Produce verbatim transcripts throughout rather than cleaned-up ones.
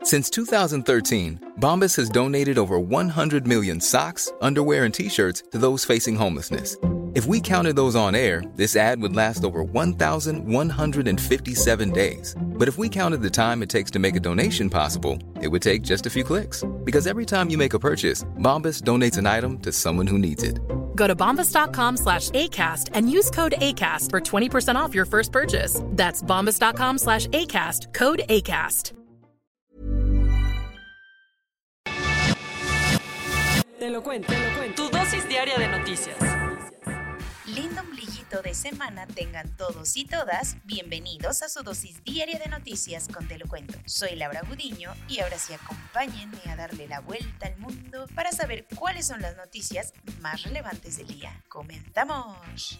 Since two thousand thirteen, Bombas has donated over one hundred million socks, underwear, and T-shirts to those facing homelessness. If we counted those on air, this ad would last over one thousand one hundred fifty-seven days. But if we counted the time it takes to make a donation possible, it would take just a few clicks. Because every time you make a purchase, Bombas donates an item to someone who needs it. Go to bombas.com slash ACAST and use code ACAST for twenty percent off your first purchase. That's bombas.com slash ACAST, code ACAST. Te lo cuento, te lo cuento. Tu dosis diaria de noticias. Lindo ombliguito de semana tengan todos y todas. Bienvenidos a su dosis diaria de noticias con Te lo cuento. Soy Laura Gudiño y ahora sí acompáñenme a darle la vuelta al mundo para saber cuáles son las noticias más relevantes del día. ¡Comenzamos!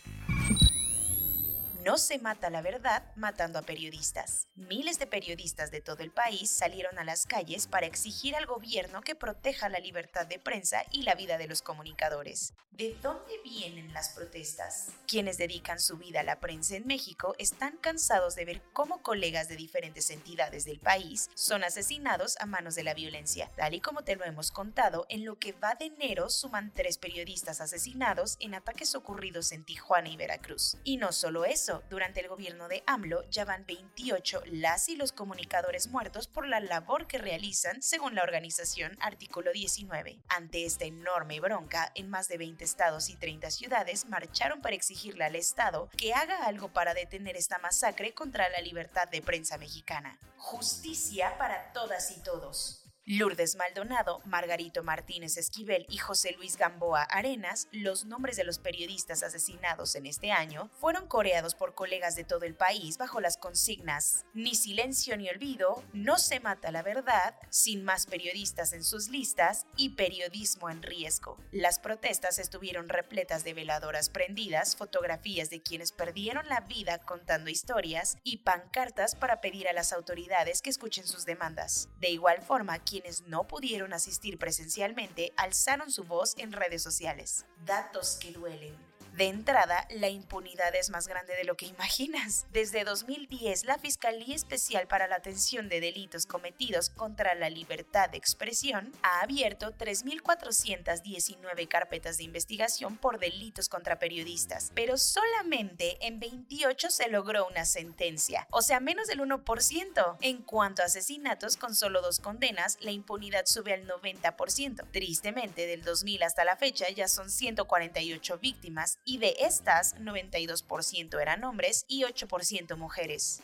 No se mata la verdad matando a periodistas. Miles de periodistas de todo el país salieron a las calles para exigir al gobierno que proteja la libertad de prensa y la vida de los comunicadores. ¿De dónde vienen las protestas? Quienes dedican su vida a la prensa en México están cansados de ver cómo colegas de diferentes entidades del país son asesinados a manos de la violencia. Tal y como te lo hemos contado, en lo que va de enero suman tres periodistas asesinados en ataques ocurridos en Tijuana y Veracruz. Y no solo eso, durante el gobierno de AMLO ya van veintiocho las y los comunicadores muertos por la labor que realizan según la organización Artículo diecinueve. Ante esta enorme bronca, en más de veinte estados y treinta ciudades marcharon para exigirle al Estado que haga algo para detener esta masacre contra la libertad de prensa mexicana. Justicia para todas y todos. Lourdes Maldonado, Margarito Martínez Esquivel y José Luis Gamboa Arenas, los nombres de los periodistas asesinados en este año, fueron coreados por colegas de todo el país bajo las consignas "Ni silencio ni olvido", "No se mata la verdad", "Sin más periodistas en sus listas" y "Periodismo en riesgo". Las protestas estuvieron repletas de veladoras prendidas, fotografías de quienes perdieron la vida contando historias y pancartas para pedir a las autoridades que escuchen sus demandas. De igual forma, quienes no pudieron asistir presencialmente alzaron su voz en redes sociales. Datos que duelen. De entrada, la impunidad es más grande de lo que imaginas. Desde dos mil diez, la Fiscalía Especial para la Atención de Delitos Cometidos contra la Libertad de Expresión ha abierto tres mil cuatrocientas diecinueve carpetas de investigación por delitos contra periodistas, pero solamente en veintiocho se logró una sentencia, o sea, menos del uno por ciento. En cuanto a asesinatos, con solo dos condenas, la impunidad sube al noventa por ciento. Tristemente, del dos mil hasta la fecha ya son ciento cuarenta y ocho víctimas, y de estas, noventa y dos por ciento eran hombres y ocho por ciento mujeres.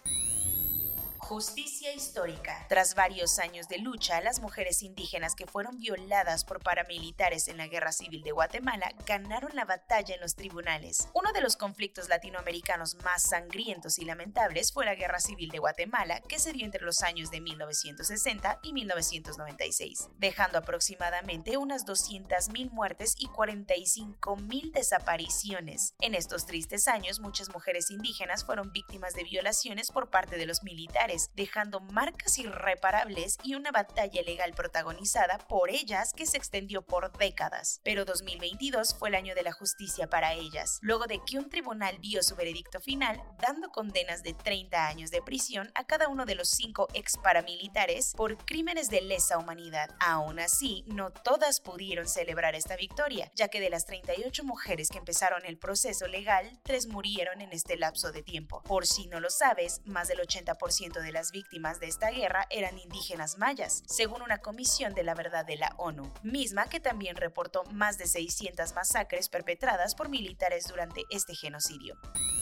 Justicia histórica. Tras varios años de lucha, las mujeres indígenas que fueron violadas por paramilitares en la Guerra Civil de Guatemala ganaron la batalla en los tribunales. Uno de los conflictos latinoamericanos más sangrientos y lamentables fue la Guerra Civil de Guatemala, que se dio entre los años de mil novecientos sesenta y mil novecientos noventa y seis, dejando aproximadamente unas doscientas mil muertes y cuarenta y cinco mil desapariciones. En estos tristes años, muchas mujeres indígenas fueron víctimas de violaciones por parte de los militares, dejando marcas irreparables y una batalla legal protagonizada por ellas que se extendió por décadas. Pero dos mil veintidós fue el año de la justicia para ellas, luego de que un tribunal dio su veredicto final, dando condenas de treinta años de prisión a cada uno de los cinco ex paramilitares por crímenes de lesa humanidad. Aún así, no todas pudieron celebrar esta victoria, ya que de las treinta y ocho mujeres que empezaron el proceso legal, tres murieron en este lapso de tiempo. Por si no lo sabes, más del ochenta por ciento de las víctimas de esta guerra eran indígenas mayas, según una comisión de la verdad de la ONU, misma que también reportó más de seiscientas masacres perpetradas por militares durante este genocidio.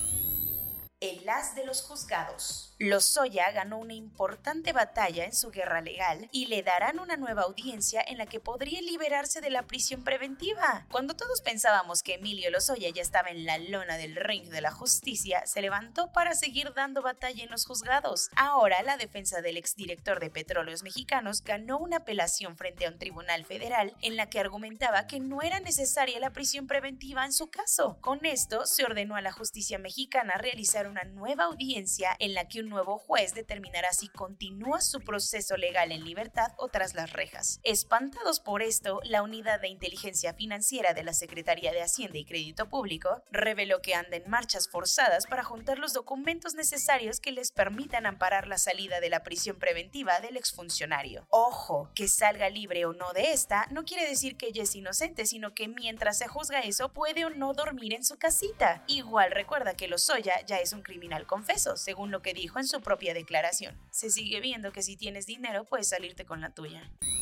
El as de los juzgados. Lozoya ganó una importante batalla en su guerra legal y le darán una nueva audiencia en la que podría liberarse de la prisión preventiva. Cuando todos pensábamos que Emilio Lozoya ya estaba en la lona del ring de la justicia, se levantó para seguir dando batalla en los juzgados. Ahora, la defensa del exdirector de Petróleos Mexicanos ganó una apelación frente a un tribunal federal en la que argumentaba que no era necesaria la prisión preventiva en su caso. Con esto, se ordenó a la justicia mexicana realizar una nueva audiencia en la que un nuevo juez determinará si continúa su proceso legal en libertad o tras las rejas. Espantados por esto, la Unidad de Inteligencia Financiera de la Secretaría de Hacienda y Crédito Público reveló que anda en marchas forzadas para juntar los documentos necesarios que les permitan amparar la salida de la prisión preventiva del exfuncionario. Ojo, que salga libre o no de esta no quiere decir que ella es inocente, sino que mientras se juzga eso puede o no dormir en su casita. Igual recuerda que Lozoya ya es un criminal confeso, según lo que dijo en su propia declaración. Se sigue viendo que si tienes dinero puedes salirte con la tuya.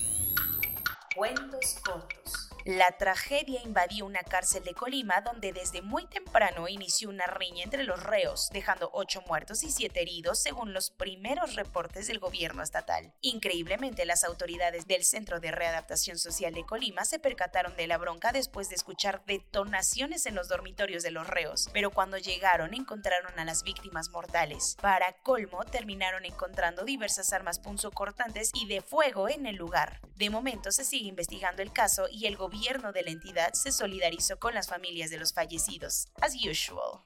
Cuentos cortos. La tragedia invadió una cárcel de Colima donde desde muy temprano inició una riña entre los reos, dejando ocho muertos y siete heridos según los primeros reportes del gobierno estatal. Increíblemente, las autoridades del Centro de Readaptación Social de Colima se percataron de la bronca después de escuchar detonaciones en los dormitorios de los reos, pero cuando llegaron encontraron a las víctimas mortales. Para colmo, terminaron encontrando diversas armas punzocortantes y de fuego en el lugar. De momento se sigue investigando el caso y el gobierno El gobierno de la entidad se solidarizó con las familias de los fallecidos, as usual.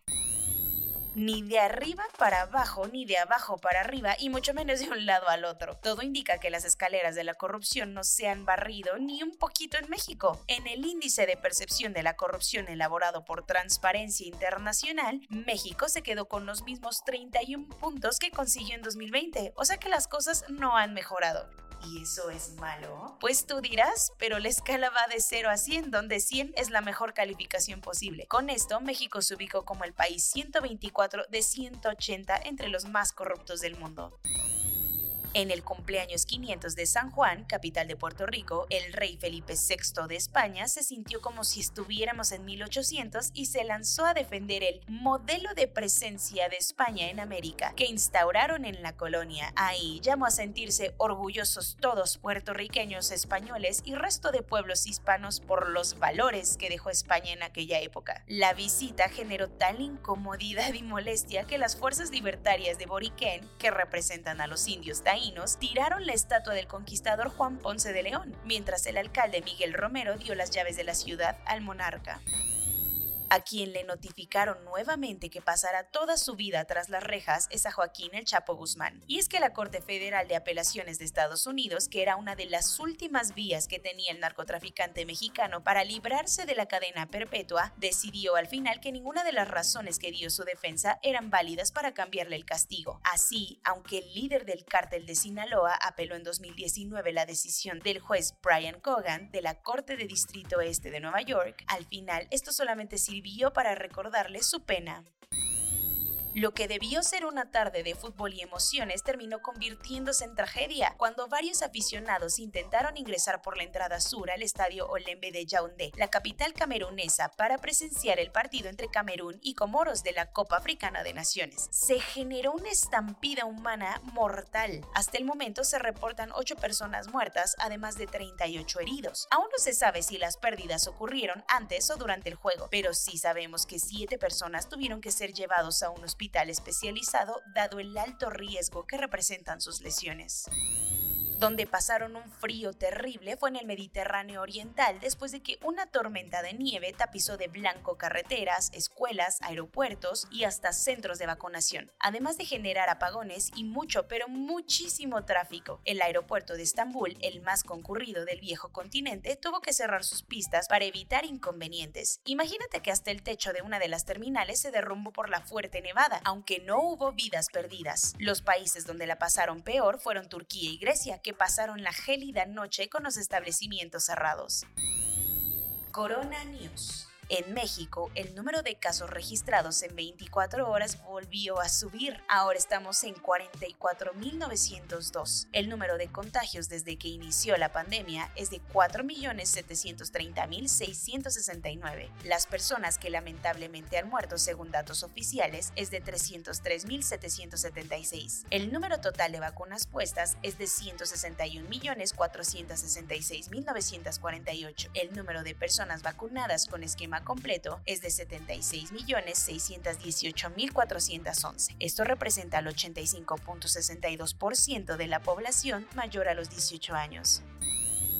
Ni de arriba para abajo, ni de abajo para arriba, y mucho menos de un lado al otro. Todo indica que las escaleras de la corrupción no se han barrido ni un poquito en México. En el índice de percepción de la corrupción elaborado por Transparencia Internacional, México se quedó con los mismos treinta y uno puntos que consiguió en dos mil veinte, o sea que las cosas no han mejorado. ¿Y eso es malo? Pues tú dirás, pero la escala va de cero a cien, donde cien es la mejor calificación posible. Con esto, México se ubicó como el país ciento veinticuatro de ciento ochenta entre los más corruptos del mundo. En el cumpleaños quinientos de San Juan, capital de Puerto Rico, el rey Felipe sexto de España se sintió como si estuviéramos en mil ochocientos y se lanzó a defender el modelo de presencia de España en América que instauraron en la colonia. Ahí llamó a sentirse orgullosos todos puertorriqueños, españoles y resto de pueblos hispanos por los valores que dejó España en aquella época. La visita generó tal incomodidad y molestia que las fuerzas libertarias de Boriquén, que representan a los indios taínos, tiraron la estatua del conquistador Juan Ponce de León, mientras el alcalde Miguel Romero dio las llaves de la ciudad al monarca, a quien le notificaron nuevamente que pasará toda su vida tras las rejas es a Joaquín El Chapo Guzmán. Y es que la Corte Federal de Apelaciones de Estados Unidos, que era una de las últimas vías que tenía el narcotraficante mexicano para librarse de la cadena perpetua, decidió al final que ninguna de las razones que dio su defensa eran válidas para cambiarle el castigo. Así, aunque el líder del cártel de Sinaloa apeló en dos mil diecinueve la decisión del juez Brian Cogan de la Corte de Distrito Este de Nueva York, al final esto solamente sirvió para recordarle su pena. Lo que debió ser una tarde de fútbol y emociones terminó convirtiéndose en tragedia cuando varios aficionados intentaron ingresar por la entrada sur al estadio Olembe de Yaoundé, la capital camerunesa, para presenciar el partido entre Camerún y Comoros de la Copa Africana de Naciones. Se generó una estampida humana mortal. Hasta el momento se reportan ocho personas muertas, además de treinta y ocho heridos. Aún no se sabe si las pérdidas ocurrieron antes o durante el juego, pero sí sabemos que siete personas tuvieron que ser llevados a un hospital hospital especializado dado el alto riesgo que representan sus lesiones. Donde pasaron un frío terrible fue en el Mediterráneo Oriental después de que una tormenta de nieve tapizó de blanco carreteras, escuelas, aeropuertos y hasta centros de vacunación, además de generar apagones y mucho, pero muchísimo tráfico. El aeropuerto de Estambul, el más concurrido del viejo continente, tuvo que cerrar sus pistas para evitar inconvenientes. Imagínate que hasta el techo de una de las terminales se derrumbó por la fuerte nevada, aunque no hubo vidas perdidas. Los países donde la pasaron peor fueron Turquía y Grecia, que pasaron la gélida noche con los establecimientos cerrados. Corona News. En México, el número de casos registrados en veinticuatro horas volvió a subir. Ahora estamos en cuarenta y cuatro mil novecientos dos. El número de contagios desde que inició la pandemia es de cuatro millones setecientos treinta mil seiscientos sesenta y nueve. Las personas que lamentablemente han muerto según datos oficiales es de trescientos tres mil setecientos setenta y seis. El número total de vacunas puestas es de ciento sesenta y un millones cuatrocientos sesenta y seis mil novecientos cuarenta y ocho. El número de personas vacunadas con esquema completo es de setenta y seis millones seiscientos dieciocho mil cuatrocientos once. Esto representa el ochenta y cinco punto sesenta y dos por ciento de la población mayor a los dieciocho años.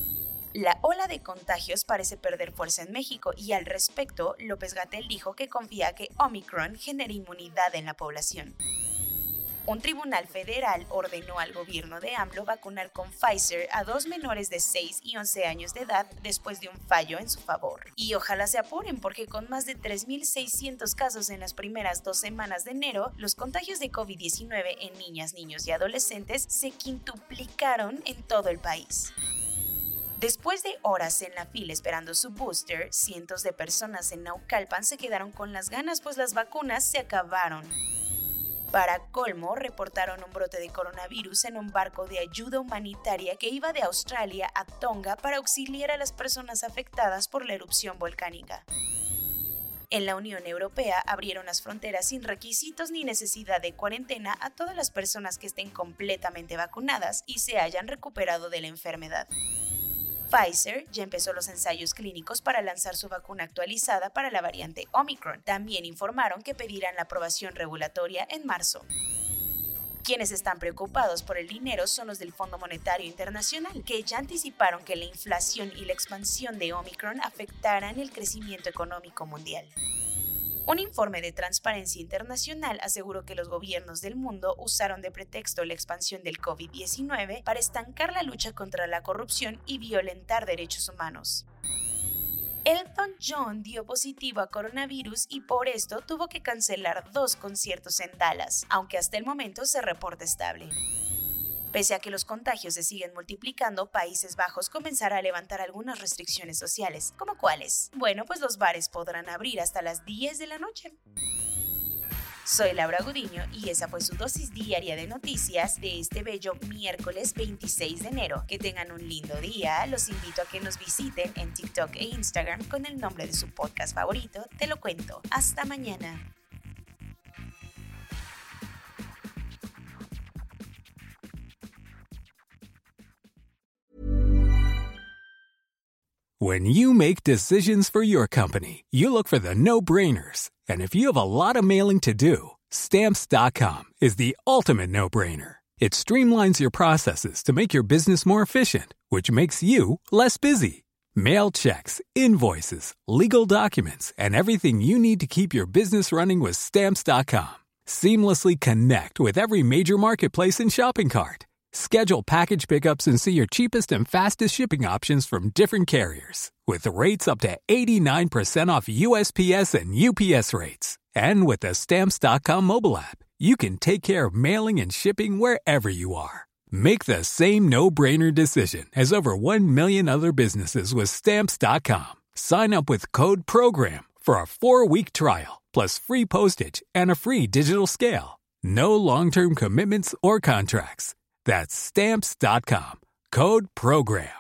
La ola de contagios parece perder fuerza en México y al respecto, López-Gatell dijo que confía que Omicron genere inmunidad en la población. Un tribunal federal ordenó al gobierno de AMLO vacunar con Pfizer a dos menores de seis y once años de edad después de un fallo en su favor. Y ojalá se apuren porque con más de tres mil seiscientos casos en las primeras dos semanas de enero, los contagios de COVID diecinueve en niñas, niños y adolescentes se quintuplicaron en todo el país. Después de horas en la fila esperando su booster, cientos de personas en Naucalpan se quedaron con las ganas pues las vacunas se acabaron. Para colmo, reportaron un brote de coronavirus en un barco de ayuda humanitaria que iba de Australia a Tonga para auxiliar a las personas afectadas por la erupción volcánica. En la Unión Europea abrieron las fronteras sin requisitos ni necesidad de cuarentena a todas las personas que estén completamente vacunadas y se hayan recuperado de la enfermedad. Pfizer ya empezó los ensayos clínicos para lanzar su vacuna actualizada para la variante Omicron. También informaron que pedirán la aprobación regulatoria en marzo. Quienes están preocupados por el dinero son los del Fondo Monetario Internacional, que ya anticiparon que la inflación y la expansión de Omicron afectarán el crecimiento económico mundial. Un informe de Transparencia Internacional aseguró que los gobiernos del mundo usaron de pretexto la expansión del COVID diecinueve para estancar la lucha contra la corrupción y violentar derechos humanos. Elton John dio positivo a coronavirus y por esto tuvo que cancelar dos conciertos en Dallas, aunque hasta el momento se reporta estable. Pese a que los contagios se siguen multiplicando, Países Bajos comenzará a levantar algunas restricciones sociales. ¿Cómo cuáles? Bueno, pues los bares podrán abrir hasta las diez de la noche. Soy Laura Gudiño y esa fue su dosis diaria de noticias de este bello miércoles veintiséis de enero. Que tengan un lindo día. Los invito a que nos visiten en TikTok e Instagram con el nombre de su podcast favorito, Te lo cuento. Hasta mañana. When you make decisions for your company, you look for the no-brainers. And if you have a lot of mailing to do, Stamps dot com is the ultimate no-brainer. It streamlines your processes to make your business more efficient, which makes you less busy. Mail checks, invoices, legal documents, and everything you need to keep your business running with Stamps dot com. Seamlessly connect with every major marketplace and shopping cart. Schedule package pickups and see your cheapest and fastest shipping options from different carriers. With rates up to eighty-nine percent off U S P S and U P S rates. And with the Stamps dot com mobile app, you can take care of mailing and shipping wherever you are. Make the same no-brainer decision as over one million other businesses with Stamps dot com. Sign up with code PROGRAM for a four-week trial, plus free postage and a free digital scale. No long-term commitments or contracts. That's Stamps dot com. Code PROGRAM.